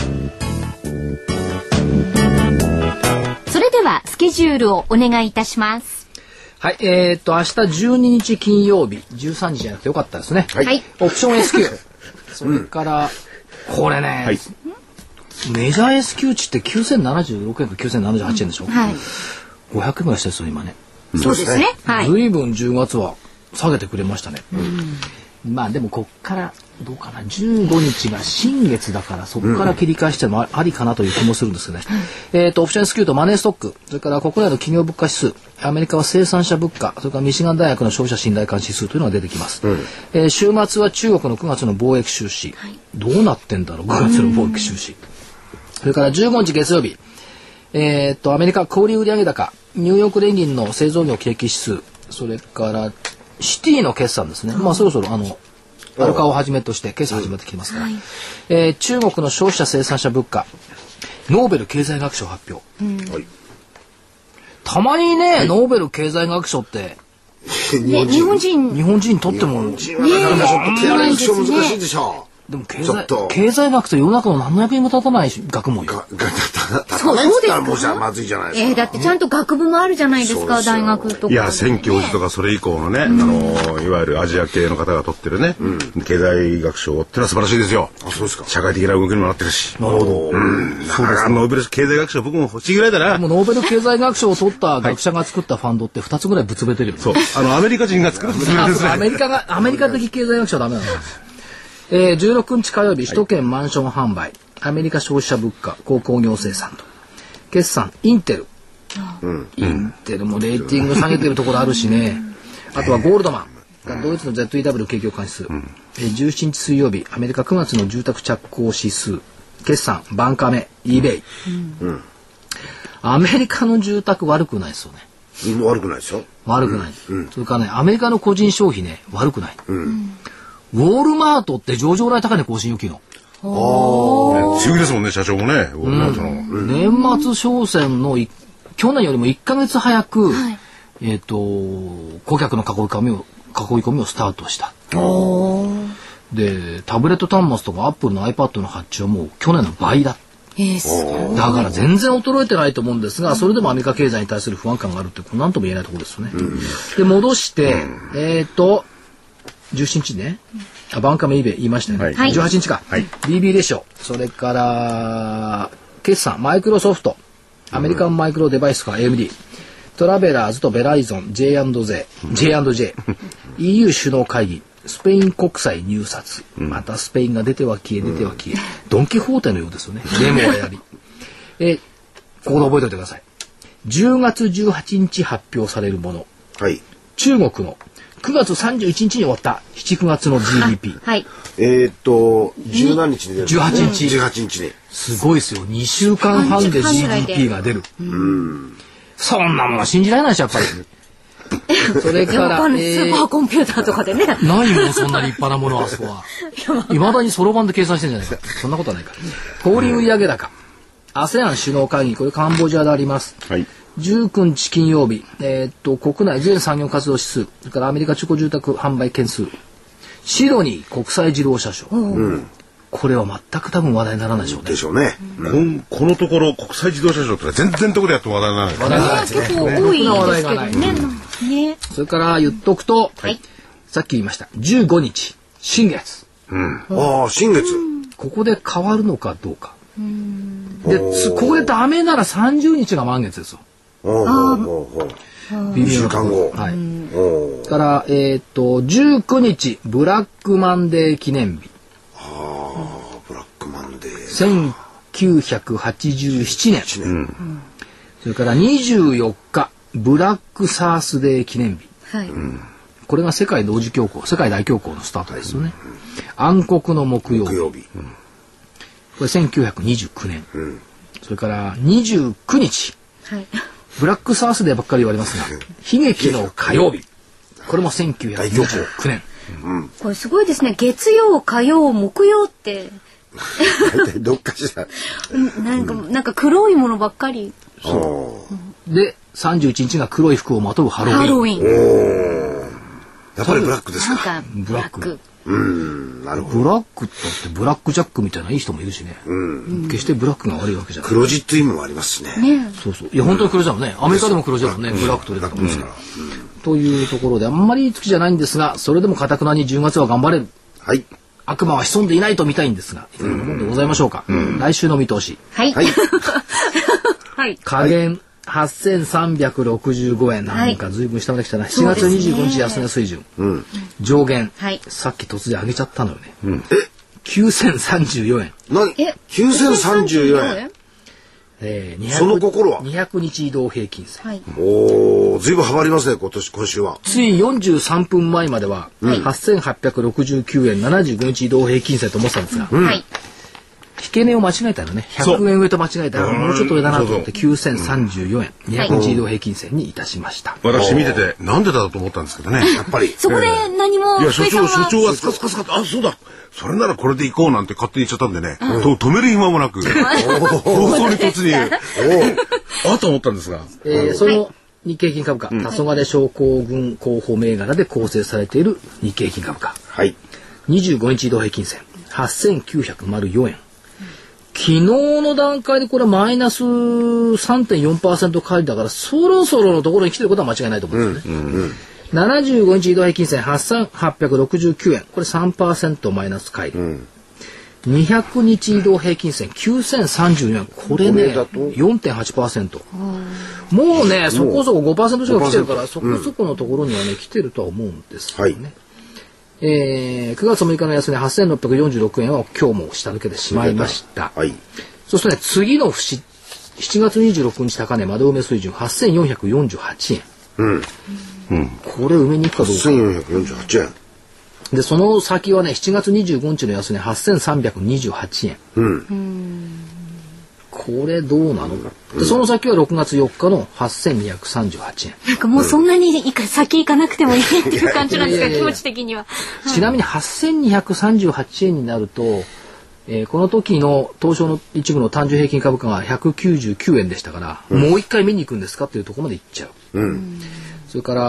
それではスケジュールをお願いいたします。 はい、えー、っと明日じゅうににち金曜日、じゅうさんにちじゃなくてよかったですね。 はい、 オプション エスキュー それから、うん、これね、はい、メジャー エスキュー 値ってきゅうせんななじゅうろくえんかきゅうせんななじゅうはちえんでしょ、うん、はい、ごひゃくえんぐらいしたですよ今ね。 そうですね、 はい、ずいぶんじゅうがつは下げてくれましたね、うん、まあでもこっからどうかな、じゅうごにちが新月だからそこから切り返してもありかなという気もするんですけどね、うん、えーとオプション エスキュー とマネーストック、それから国内の企業物価指数、アメリカは生産者物価、それからミシガン大学の消費者信頼感指数というのが出てきます、うん、えー、週末は中国のくがつの貿易収支、はい、どうなってんだろうくがつの貿易収支、うん、それからじゅうごにち月曜日、えーとアメリカ小売売上高、ニューヨーク連銀の製造業景気指数、それからシティの決算ですね、うん、まあそろそろあのアルカをはじめとして決算始まってきてますから、はい、えー、中国の消費者生産者物価、ノーベル経済学賞発表、うん、たまにね、はい、ノーベル経済学賞ってね、日本人日本人にとっても日本人はなかなかちょっと経済学賞難しいでしょう。 でも経済経済学と世の中の何の役にも立たない学問よ。 がが立たないって言ったらもうじゃまずいじゃないですか。 えー、だってちゃんと学部もあるじゃないですか、大学とか。 いや、宣教授とかそれ以降のね、うん、あのいわゆるアジア系の方が取ってるね、うん、経済学賞ってのは素晴らしいですよ。 あ、そうですか。 社会的な動きにもなってるし。 なるほど。うん、 そうです。ノーベル経済学賞僕も欲しいぐらいだな。 もうノーベル経済学賞を取った学者が作ったファンドってふたつぐらいぶつべてるよね。 そう。あのアメリカ人が作るぶつべてるですね。 アメリカがアメリカ的経済学賞はダメなんです。えー、じゅうろくにち火曜日、首都圏マンション販売、アメリカ消費者物価、鉱工業生産と決算、インテル、うん、インテルもレーティング下げてるところあるしね、あとはゴールドマン、ドイツの ゼットイーダブリュー 景況感指数、うん、えー、じゅうしちにち水曜日、アメリカくがつの住宅着工指数、決算、バンカメ、eBay、うんうん、アメリカの住宅悪くないですよね。 悪くないですよ。 悪くない、うん、それからね、アメリカの個人消費ね、悪くない、うん、ウォールマートって上場来高値更新予期の。 ああ、強気ですもんね、社長もね、ウォールマートの。 うん、年末商戦の去年よりもいっかげつ早く、はい、えっ、ー、と顧客の囲い込みを囲い込みをスタートした。でタブレット端末とかアップルの iPad の発注はもう去年の倍だ。 えー、 だから全然衰えてないと思うんですが、それでもアメリカ経済に対する不安感があるって何とも言えないところですよね。うん、で戻して、うん、えっ、ー、とじゅうしちにちね、あバンカメイベ言いましたよね、はい、じゅうはちにちか、はい、ビービー レシオ、それから決算マイクロソフト、アメリカンマイクロデバイスか エーエムディー、トラベラーズとベライゾン ジェイアンドジェイ、ジェイアンドジェイ、イーユー 首脳会議、スペイン国債入札、またスペインが出ては消え出ては消え、ドン・キホーテのようですよね。デモはやり、えここで覚えておいてください。じゅうがつじゅうはちにち発表されるもの、はい、中国のくがつさんじゅういちにちに終わったしち、くがつの ジーディーピー、 はい、 えー、っとじゅう何日に出る、 じゅうはちにち、 じゅうはちにちにすごいですよ。にしゅうかんはんで ジーディーピー が出る。うん、そんなものは信じられないし、やっぱり。それから、 えー、スーパーコンピューターとかでね。 ないもん、そんな立派なものは、あそこは。いまだにそろばんで計算してんじゃないか。そんなことはないから。小売売上高。アセアン 首脳会議、これカンボジアであります。はい、じゅうくにち金曜日、えー、っと、国内全産業活動指数、それからアメリカ中古住宅販売件数、シドニー国際自動車ショー。うん、これは全く多分話題にならないでしょうね。 でしょうね。 うん、このところ国際自動車ショーって全然どこでやっても話題にならない。 話題にならないですね。 結構多いですけどね。 ね、それから言っとくと、はい、さっき言いましたじゅうごにち新月、 うん、ああ新月、 ここで変わるのかどうか、うん、でここでダメならさんじゅうにちが満月ですよ。 ああにしゅうかんご、 はい、からえっ、ー、とじゅうくにちブラックマンデー記念日、 ああブラックマンデーせんきゅうひゃくはちじゅうななねん、うん、それからにじゅうよっかブラックサースデー記念日、はい、これが世界同時恐慌、世界大恐慌のスタートですよね。暗黒の木曜日、曜日、うん、これせんきゅうひゃくにじゅうきゅうねん、うん、それからにじゅうくにち、はい、ブラックサースデーばっかり言われますが悲劇の火曜日、これもせんきゅうひゃくにじゅうきゅうねん、 うん、これすごいですね。月曜火曜木曜ってどっかしらなんか、なんか黒いものばっかり。 そうでさんじゅういちにちが黒い服をまとうハロウィン。ハロウィン。やっぱりブラックですか。 かブラック。 うん、なるほど。 ブラックだってブラックジャックみたいないい人もいるしね。うん、決してブラックが悪いわけじゃない。 黒字っていう意味もありますしね。 ね。 そうそう。いや本当に黒字だもんね。アメリカでも黒字だもんね。ブラック取れたからですから。というところであんまりいい月じゃないんですが、それでも堅くなにじゅうがつは頑張れる。はい。悪魔は潜んでいないと見たいんですが、いかがなもんでございましょうか。うん、来週の見通し。 はい。はい。 はい、下限はっせんさんびゃくろくじゅうごえん、なんかずいぶん下まで来たな。しちがつにじゅうごにち安値水準。うん、上限、はい、さっき突然上げちゃったのよね。うん、えきゅうせんさんじゅうよえん。 何？きゅうせんさんじゅうよえん。 えー、 その心はにひゃくにち移動平均線、はい、 おお、ずいぶんはまりますね今年今週は。 ついよんじゅうさんぷんまえまでは、うん、はっせんはっぴゃくろくじゅうきゅうえんななじゅうごにち移動平均線と思ってたんですが、うん、引け値を間違えたらねひゃくえん上と間違えたらもうちょっと上だなと思ってきゅうせんさんじゅうよえん、うん、にひゃくにち移動平均線にいたしました。 私見ててなんでだと思ったんですけどねやっぱりそこで何も、 えー、いや所長所長はスカスカスカあそうだそれならこれで行こうなんて勝手に言っちゃったんでね、うん、と止める暇もなく放送に突入あと思ったんですが、 えー、その日経平均株価、うん、黄昏症候群候補銘柄で構成されている日経平均株価、はい、にじゅうごにち移動平均線はっせんきゅうひゃくよえん、うん、昨日の段階でこれマイナス さんてんよんパーセント 返りだからそろそろのところに来てることは間違いないと思うんですよね、うんうんうん、ななじゅうごにち移動平均線はっせんはっぴゃくろくじゅうきゅうえん、これ さんパーセント マイナス返り、うん、にひゃくにち移動平均線きゅうせんさんじゅうよえん、これね よんてんはちパーセント、 もうねそこそこ ごパーセント 以上来てるからそこそこのところにはね来てるとは思うんですよね、はい、えー、くがつむいかの安値はっせんろっぴゃくよんじゅうろくえんは今日も下抜けてしまいました、はい、そしてね次の節しちがつにじゅうろくにち高値窓埋め水準はっせんよんひゃくよんじゅうはちえん、うんうん、これ埋めに行くかどうか。はっせんよんひゃくよんじゅうはちえんでその先はねしちがつにじゅうごにちの安値はっせんさんびゃくにじゅうはちえん、うん、これどうなのか、うん、でその先はろくがつよっかのはっせんにひゃくさんじゅうはちえん、 なんかもうそんなにいか先行かなくてもいいっていう感じなんですか気持ち的には、 はい、ちなみにはっせんにひゃくさんじゅうはちえんになると、えー、この時の東証の一部の単純平均株価がひゃくきゅうじゅうきゅうえんでしたから、うん、もう一回見に行くんですかっていうところまで行っちゃう、うん、そそれから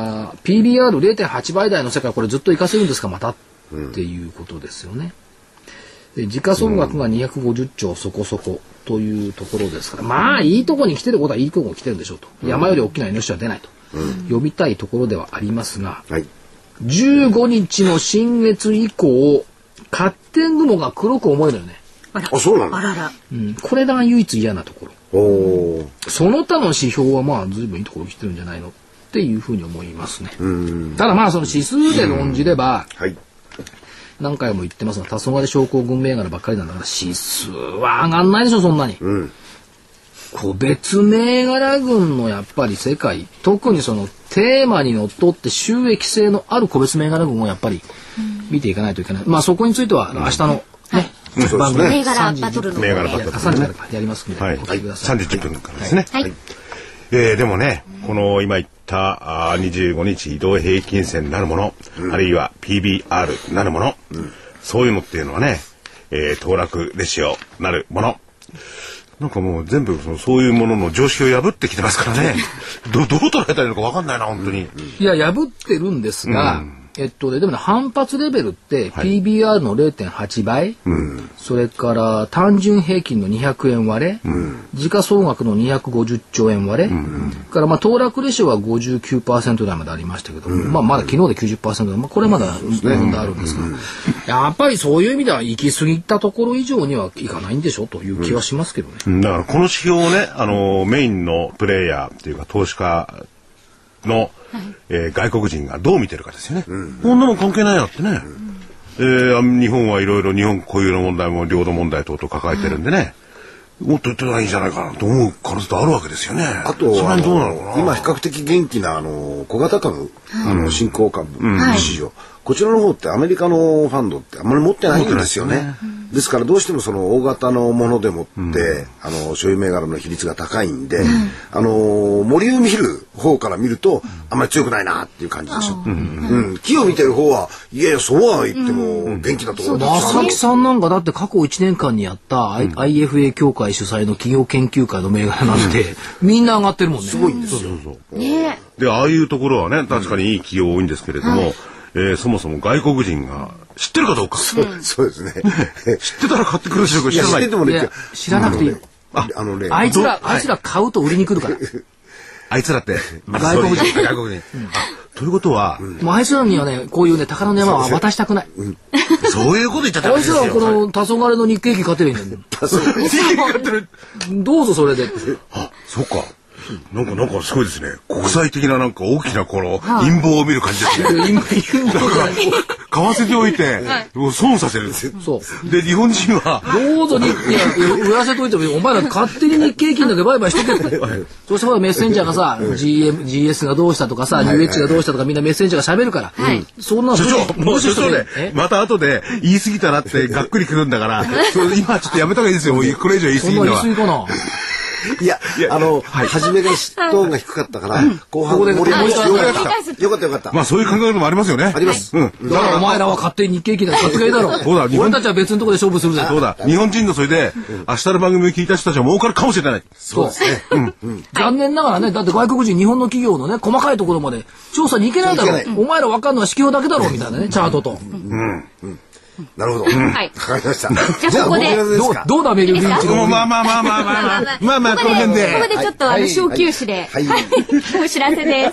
ピービーアールゼロてんはち 倍台の世界これずっと活かせるんですかまたっていうことですよね。で時価総額がにひゃくごじゅっちょうそこそこというところですから、まあいいとこに来てることはいいとこに来てるんでしょうと、山より大きなイノシシは出ないと、うん、読みたいところではありますが、はい、じゅうごにちの新月以降カッテン雲が黒く思えるよね。 あら、あ、そうなの。 あらら、 うん、これが唯一嫌なところ。おその他の指標はまあ随分いいところ来てるんじゃないのっていうふうに思いますね。うんただまあその指数で論じれば、はい、何回も言ってますが、黄昏症候群銘柄ばっかりなんだから指数は上がんないでしょそんなに、うん、個別銘柄群のやっぱり世界、特にそのテーマにのっとって収益性のある個別銘柄群をやっぱり見ていかないといけない、まあそこについては明日のね、 うん、番組銘柄バトルの銘柄バトルさんじからやりますので、はい、 さんじじゅっぷんからですね、はいはい、えー、でもねこの今言ったあにじゅうごにち移動平均線なるもの、うん、あるいは ピービーアール なるもの、うん、そういうのっていうのはね、えー、騰落レシオなるものなんかもう全部そのそういうものの常識を破ってきてますからねど, どう捉えたらいいのか分かんないな本当に。 いや破ってるんですが、うんえっとね、でもね反発レベルって、はい、ピービーアール の ゼロてんはち 倍、うん、それから単純平均のにひゃくえん割れ、うん、時価総額のにひゃくごじゅっちょうえん割れ、うん、からまあ騰落レシオは ごじゅうきゅうパーセント 台までありましたけど、うんまあ、まだ昨日で きゅうじゅっパーセント で、まあ、これまだ問題あるんですが、うん、やっぱりそういう意味では行き過ぎたところ以上にはいかないんでしょという気はしますけどね、 うん、だからこの指標をねあのメインのプレイヤーっていうか投資家の、はいえー、外国人がどう見てるかですよね、うん、こんなの関係ないなってね、うんえー、日本はいろいろ日本固有の問題も領土問題等々抱えてるんでね、うん、もっと言ってないんじゃないかなと思う可能性ってあるわけですよね。 あとそれどうなのかな今比較的元気なあの小型株、はい、あの新興株市場、うん、こちらの方ってアメリカのファンドってあんまり持ってないんですよね。ですからどうしてもその大型のものでもって、うん、あの所有銘柄の比率が高いんで、うん、あの森を見る方から見るとあんまり強くないなっていう感じでしょ。うんうんうん、木を見てる方はいやいやそうは言っても元気なところだ。 正木さんなんかだって過去いちねんかんにやった、うん、アイエフエー 協会主催の企業研究会の銘柄なんて、うん、みんな上がってるもんね。 すごいんですよ。 そうそうそうね、でああいうところはね確かにいい企業多いんですけれども、はいえー、そもそも外国人が知ってるかどうか、 そう、そうですね知ってたら買ってくるでしょうか知らない。 知っててもね知らなくていいよ、ああのねあいつらあいつら買うと売りに来るからあいつらって外国人外国人、うん、あということは、 うん、もうあいつらにはねこういうね宝の山は渡したくない、 うん、そういうこと言っちゃったんですよ。 あいつらはこの黄昏の日経平均買ってるんだよ黄昏買ってるどうぞそれであそうかなんかなんかすごいですね。国際的ななんか大きなこの陰謀を見る感じですね。陰謀買わせておいて、はい、損させるんですよ。そうで日本人はどうぞにいや売らせといてもお前ら勝手に日経平均だけ売買しとけって。そしてほらメッセンジャーがさ、ジーエム、ジーエス がどうしたとかさ、ニューエッジがどうしたとかみんなメッセンジャーが喋るから。はい、そんな所長もう所長でまた後で言い過ぎたなってがっくりくるんだから、今ちょっとやめた方がいいですよ。もうこれ以上言い過ぎるのは。 そんな言い過ぎかな。 いや、あの、はい、初めがトーンが低かったから、うん、後半で盛り上がった。よかったよかった。 まあそういう考え方もありますよね。 あります。 うん。だからお前らは勝手に日経平均だ勝手がいいだろう。そうだ。俺たちは別のところで勝負するぜ。 そうだ。日本人のそれで、明日の番組を聞いた人たちは儲かるかもしれない。 そうですね。 うん。残念ながらね、だって外国人日本の企業のね、細かいところまで調査に行けないだろう。お前ら分かんのは指標だけだろうみたいなね、チャートと。うん。 うん。なるほど。はい。わかりました。 じゃあここでどうどうだメルビンチのまあまあまあまあまあまあまあまあこの辺でここでちょっとあの小休止でお知らせです。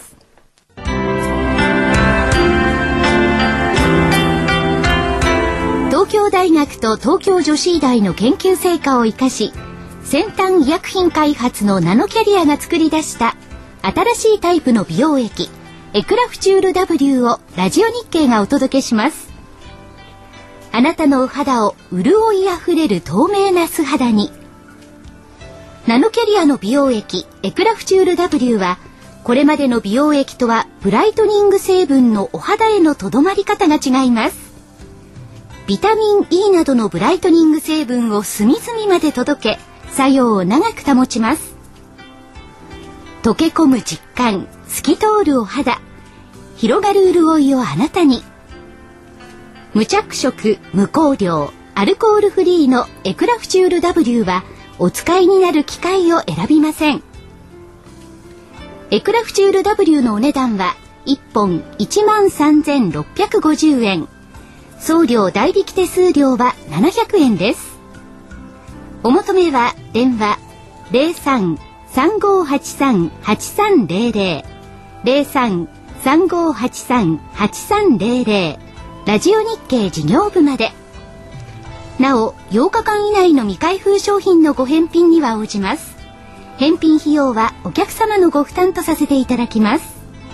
東京大学と東京女子医大の研究成果を生かし、先端医薬品開発のナノキャリアが作り出した新しいタイプの美容液エクラフチュール W をラジオ日経がお届けします。あなたのお肌を潤いあふれる透明な素肌に。ナノキャリアの美容液エクラフチュール W はこれまでの美容液とはブライトニング成分のお肌へのとどまり方が違います。ビタミン E などのブライトニング成分を隅々まで届け作用を長く保ちます。溶け込む実感、透き通るお肌、広がる潤いをあなたに。無着色、無香料、アルコールフリーのエクラフチュール W はお使いになる機械を選びません。 エクラフチュール W のお値段はいっぽん いちまんさんぜんろっぴゃくごじゅうえん。送料代引き手数料はななひゃくえんです。お求めは電話 ゼロさん さんごはちさん はちさんゼロゼロ ゼロさん さんごはちさん はちさんゼロゼロラジオ日経事業部まで。なおようかかん以内の未開封商品のご返品には応じます。返品費用はお客様のご負担とさせていただきます。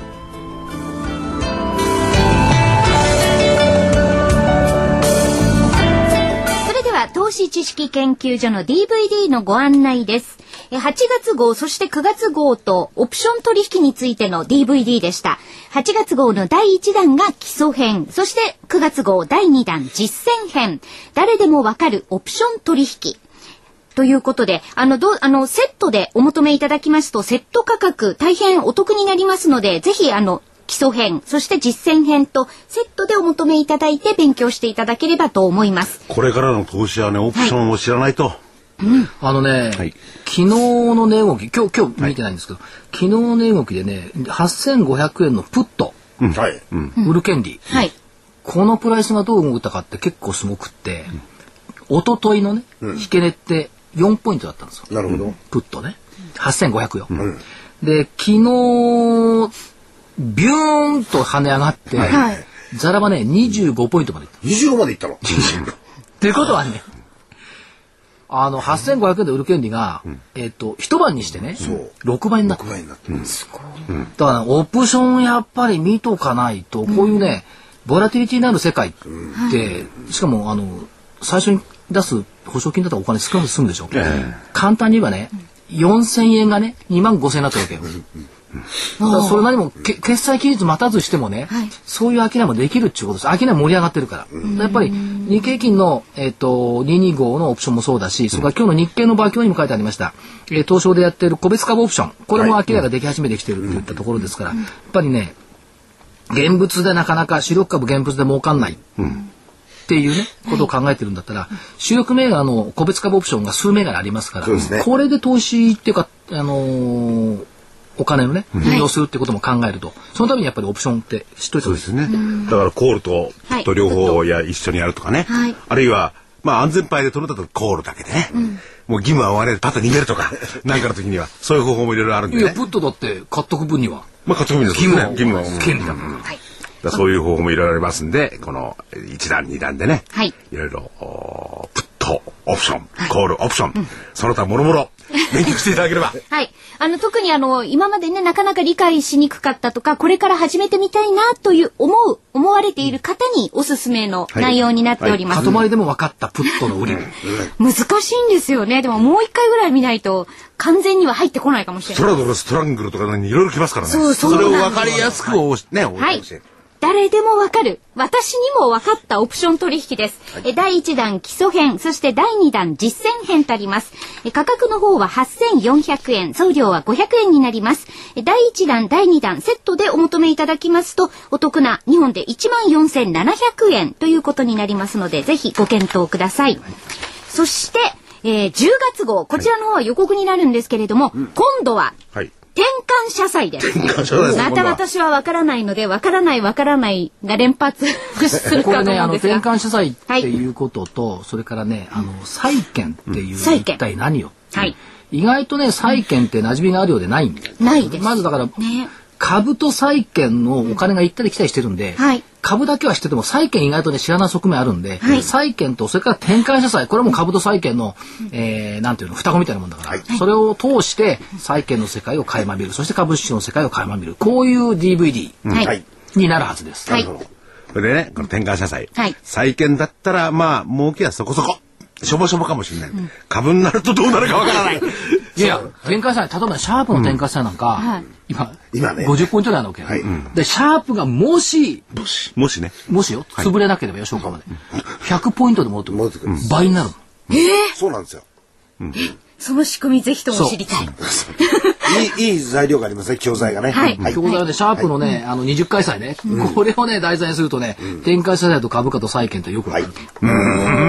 それでは投資知識研究所の ディーブイディー のご案内です。はちがつ号そしてくがつ号とオプション取引についての ディーブイディー でした。はちがつ号のだいいちだんが基礎編、そしてくがつ号だいにだん実践編、誰でもわかるオプション取引ということで、あのどあのセットでお求めいただきますとセット価格大変お得になりますので、ぜひあの基礎編そして実践編とセットでお求めいただいて勉強していただければと思います。 これからの投資はね、オプションを知らないと、はいうん、あのね、はい、昨日の値動き、今日今日見てないんですけど、はい、昨日の値動きでねはっせんごひゃくえんのプット、うんはい、売る権利、はい、このプライスがどう動いたかって結構すごくって、うん、一昨日のね、うん、引け値ってよんポイントだったんですよ。 なるほど。 プットねはっせんごひゃくよ、うん、で昨日ビューンと跳ね上がって、はい、ざらばねにじゅうごポイントまでいった。 にじゅうごまでいったのっていうことはね、あのはっせんごひゃくえんで売る権利が、うん、えっと一晩にしてね、うん、ろくばいになってる。ろくばいになってる。すごい。だから、ね、オプションやっぱり見とかないと、こういうね、うん、ボラティリティになる世界って、うん、しかもあの最初に出す保証金だったらお金少なく済むでしょ。うん、簡単に言えばね、よんせんえんがねにまんごせんえんになったわけよ。だからそれ何もけ決済期日待たずしてもね、はい、そういう商いもできるっていうことです。商い盛り上がってるから、うん、やっぱり日経平均の、えー、とにひゃくにじゅうごのオプションもそうだし、それから今日の日経の場今日にも書いてありました、えー、東証でやってる個別株オプション、これも商いができ始めてきてるといったところですから、はい、やっぱりね現物でなかなか主力株現物で儲かんない、うんっていうねことを考えてるんだったら、はい、主力銘柄の個別株オプションが数銘柄ありますから、ね、これで投資っていうか、あのーお金のね運用するってことも考えると、はい、そのためにやっぱりオプションって知っといた方がいいですね。 だからコールとプット両方や一緒にやるとかね、はい、あるいはまあ安全牌で取れたとコールだけでね、うん、もう義務は終われパッと逃げるとかなんかの時にはそういう方法もいろいろあるんでね。いやプットだって買っとく分にはまあ買っとく分には義務は義務は権利だから、うんはい、 だそういう方法もいろいろありますんで、このいちだんにだんでね、はい、いろいろプットオプション、はい、コールオプション、うん、その他もろもろ勉強していただければはいあの特にあの今までねなかなか理解しにくかったとかこれから始めてみたいなという思う思われている方におすすめの内容になっております。 はいはい、塊でも分かったプットの売り難しいんですよね。でももう一回ぐらい見ないと完全には入ってこないかもしれない。 ストラドルストラングルとかいろいろ来ますからね。 そうそうそれを分かりやすくね、はい、 はい誰でもわかる私にもわかったオプション取引です。はい、だいいちだん基礎編そしてだいにだん実践編とあります。価格の方ははっせんよんひゃくえん送料はごひゃくえんになります。だいいちだんだいにだんセットでお求めいただきますとお得なにほんでいちまんよんせんななひゃくえんということになりますのでぜひご検討ください。はい、そして、えー、じゅうがつ号こちらの方は予告になるんですけれども、はい、今度は、はい転換社債です。また私はわからないのでわからないわからないが連発するかと思うんですがこれねあの転換社債っていうことと、はい、それからねあの債券っていう、うん、一体何よ、はい、意外とね債券って馴染みがあるようでないんだよ、 ないです。 まずだから、ね、株と債券のお金が行ったり来たりしてるんで、はい、株だけは知ってても債券意外とね知らない側面あるんで、はい、債券とそれから転換社債これも株と債券の、えー、なんていうの双子みたいなもんだから、はい、それを通して債券の世界を垣間見るそして株式の世界を垣間見るこういう ディーブイディー、はい、になるはずです。はい、 それでねこの転換社債、はい、債券だったらまあ儲けはそこそこしょぼしょぼかもしれない、うん、株になるとどうなるかわからないいや転換債例えばシャープの転換債なんか、うんはい、今今、ね、ごじゅっポイント台なわけよ、はい、でシャープがもしもしもしねもしよ潰れなければよしょうかまで、はい、ひゃくポイントで戻ってくる、うん、倍になるの、 えー、 そうなんですよ、 うん、その仕組みぜひとも知りたいいいいい材料がありますね教材がね、 はいはい、教材はねシャープのね、はい、あのにじゅっかい債ね、うん、これをね題材にするとね、うん、転換社債と株価と債券とよくわかる、はい、うん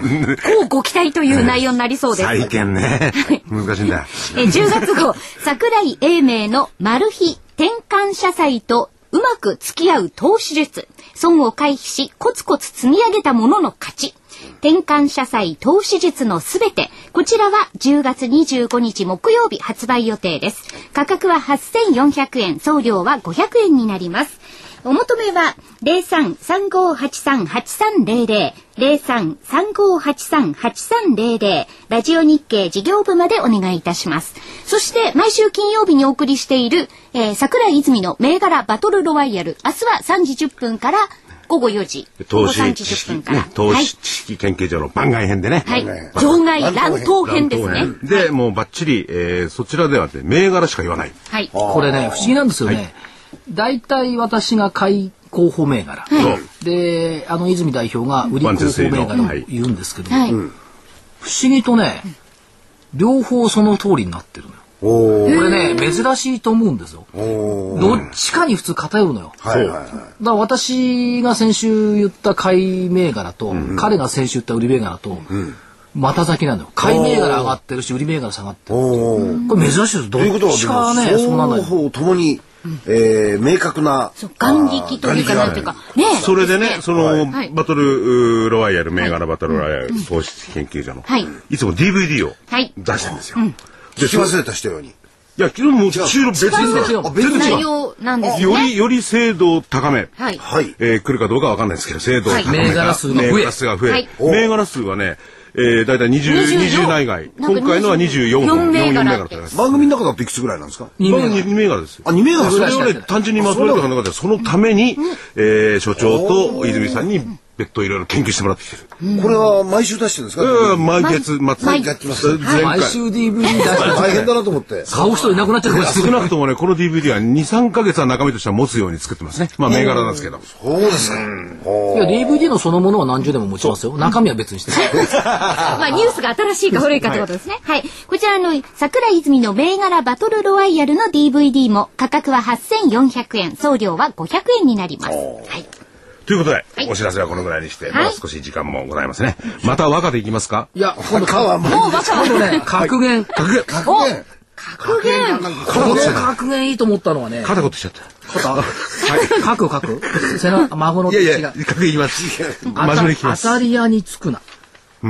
こうご期待という内容になりそうです。 債券ね。難しいんだ。 えじゅうがつ号、櫻井英明のマル秘転換社債とうまく付き合う投資術。損を回避しコツコツ積み上げたものの勝ち。転換社債投資術のすべて。こちらはじゅうがつにじゅうごにち木曜日発売予定です。価格ははっせんよんひゃくえん、送料はごひゃくえんになります。お求めは ゼロさん さんごはちさん はちさんゼロゼロ ゼロさん さんごはちさん はちさんゼロゼロラジオ日経事業部までお願いいたします。そして毎週金曜日にお送りしている、えー、桜井泉の銘柄バトルロワイヤル、明日はさんじじゅっぷんからごごよじ、 投資知識、ね、投資知識研究所の番外編でね、 はい、場外乱闘編ですね。 で、もうバッチリ、えー、そちらでは、ね、銘柄しか言わない。 はい、これね不思議なんですよね。はい、大体私が買い候補銘柄、はい、であの泉代表が売り候補銘柄を言うんですけど、はい、不思議とね両方その通りになってるのよ。これね珍しいと思うんですよ。どっちかに普通偏るのよ。はいはいはい、だから私が先週言った買い銘柄と、うん、彼が先週言った売り銘柄と、うん、また先なんだよ。買い銘柄上がってるし売り銘柄下がってる。これ珍しいです。どっちかねそうなんだよ。 双方ともにえー、明確な眼力というかなんていうかね。 それでね、その、はい、バトルロワイヤル銘柄バトルロワイヤル投資研究所の、はい、いつも ディーブイディー を出してるんですよ。はい、 聞き忘れた人ように。 いや、昨日も収録別ですよ。別の内容なんですね。 よりより精度高め、はい、えー、来るかどうかわかんないですけど、精度高め、 銘柄数が増え、 銘柄数が増え、銘柄数はね。えー、だいたいにじゅう、にじゅう内外。今回のはにじゅうよんほん、よん銘柄。 番組の中だといくつぐらいなんですか？ に銘柄です。 あ、に銘柄。 それをね、単純にまとめたかなかったそのために、えー、所長と泉さんに別途いろいろ研究してもらってきてる。これは毎週出してるんですか？ うん、毎月、 毎月やってます。 毎週 ディーブイディー 出して大変だなと思って。 買う人いなくなっちゃうから少なくともね、この ディーブイディー はに、さんかげつは中身としては持つように作ってますね。まあ銘柄なんですけど。 そうですか。いや、ディーブイディー のそのものは何十年も持ちますよ。中身は別にして。 まあニュースが新しいか古いかってことですね。はい。こちらの桜井泉の銘柄バトルロワイヤルの ディーブイディー も価格ははっせんよんひゃくえん、送料はごひゃくえんになります。はい。 ということで、はい、お知らせはこのぐらいにして、はい、もう少し時間もございますね。また和歌でいきますか？ いや、今度はもう和歌はね、格言。 格言。 格言。 格言。 この格言いいと思ったのはね。 肩ことしちゃった。 肩。はい。書く書く。背の孫の。 いやいや、格言いきます。真面目にいきます。 当たり屋につくな。 うん。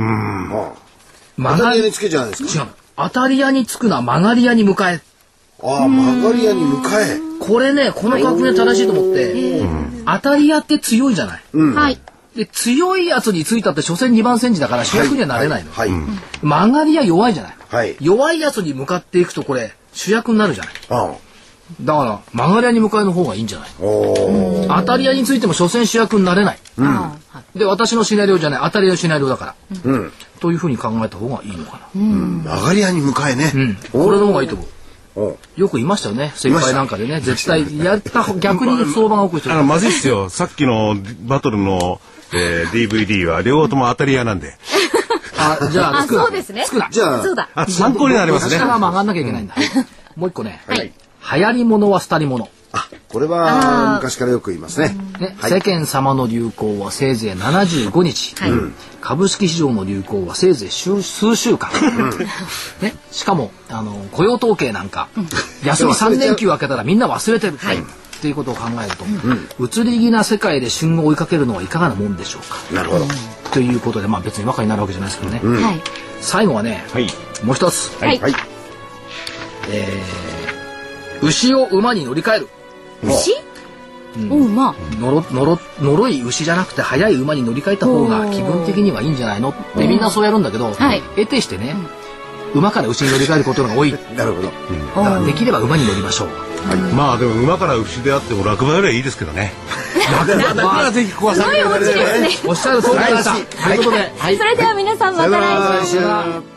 当たり屋につけじゃないですか。 違う。当たり屋につくな、曲がり屋に迎え。 ああ、曲がり屋に迎え。 これね、この格言正しいと思って、当たり屋って強いじゃない。 はい。 で、強いやつについたって所詮にばん煎じだから主役にはなれないの。はい。曲がり屋弱いじゃない。はい。弱いやつに向かっていくとこれ主役になるじゃない。ああ。だから曲がり屋に向かいの方がいいんじゃない。お当たり屋についても所詮主役になれない。うん。で、私のシナリオじゃない、当たり屋のシナリオだから。うん。というふうに考えた方がいいのかな。 うん。曲がり屋に迎えね。 うん。これの方がいいと思う。よくいましたよね先輩なんかでね絶対やった逆に相場が多くしてる。 まずいっすよさっきのバトルの、えー、ディーブイディー は両方とも当たり屋なんで。 あじゃあそうですね。 じゃあそうだ参考になりますね。 下が曲がんなきゃいけないんだ。もう一個ね、はい、流行り物は廃り物。 あこれは昔からよく言いますね。 ね、はい、世間様の流行はせいぜいななじゅうごにち、はい、株式市場の流行はせいぜい数週間、ね、しかもあの雇用統計なんか、うん、休みさんれんきゅう明けたらみんな忘れてる、はい、っていうことを考えると、うん、移り気な世界で旬を追いかけるのはいかがなもんでしょうか。 なるほど。 ということで、まあ、別に和歌になるわけじゃないですけどね、うん、最後はね、はい、もう一つ、はいはいえー、牛を馬に乗り換える。 牛？うん、お馬のろのろのろい牛じゃなくて速い馬に乗り換えた方が気分的にはいいんじゃないのってみんなそうやるんだけど、はい、得てしてね、うん、馬から牛に乗り換えることが多い。 なるほど、 うん、だからできれば馬に乗りましょう。 はい、まあでも馬から牛であっても落馬よりはいいですけどね。落馬だけはぜひ壊さないでくださいね。 おっしゃる通りでした。ということで、 はい、それでは皆さんまた来週。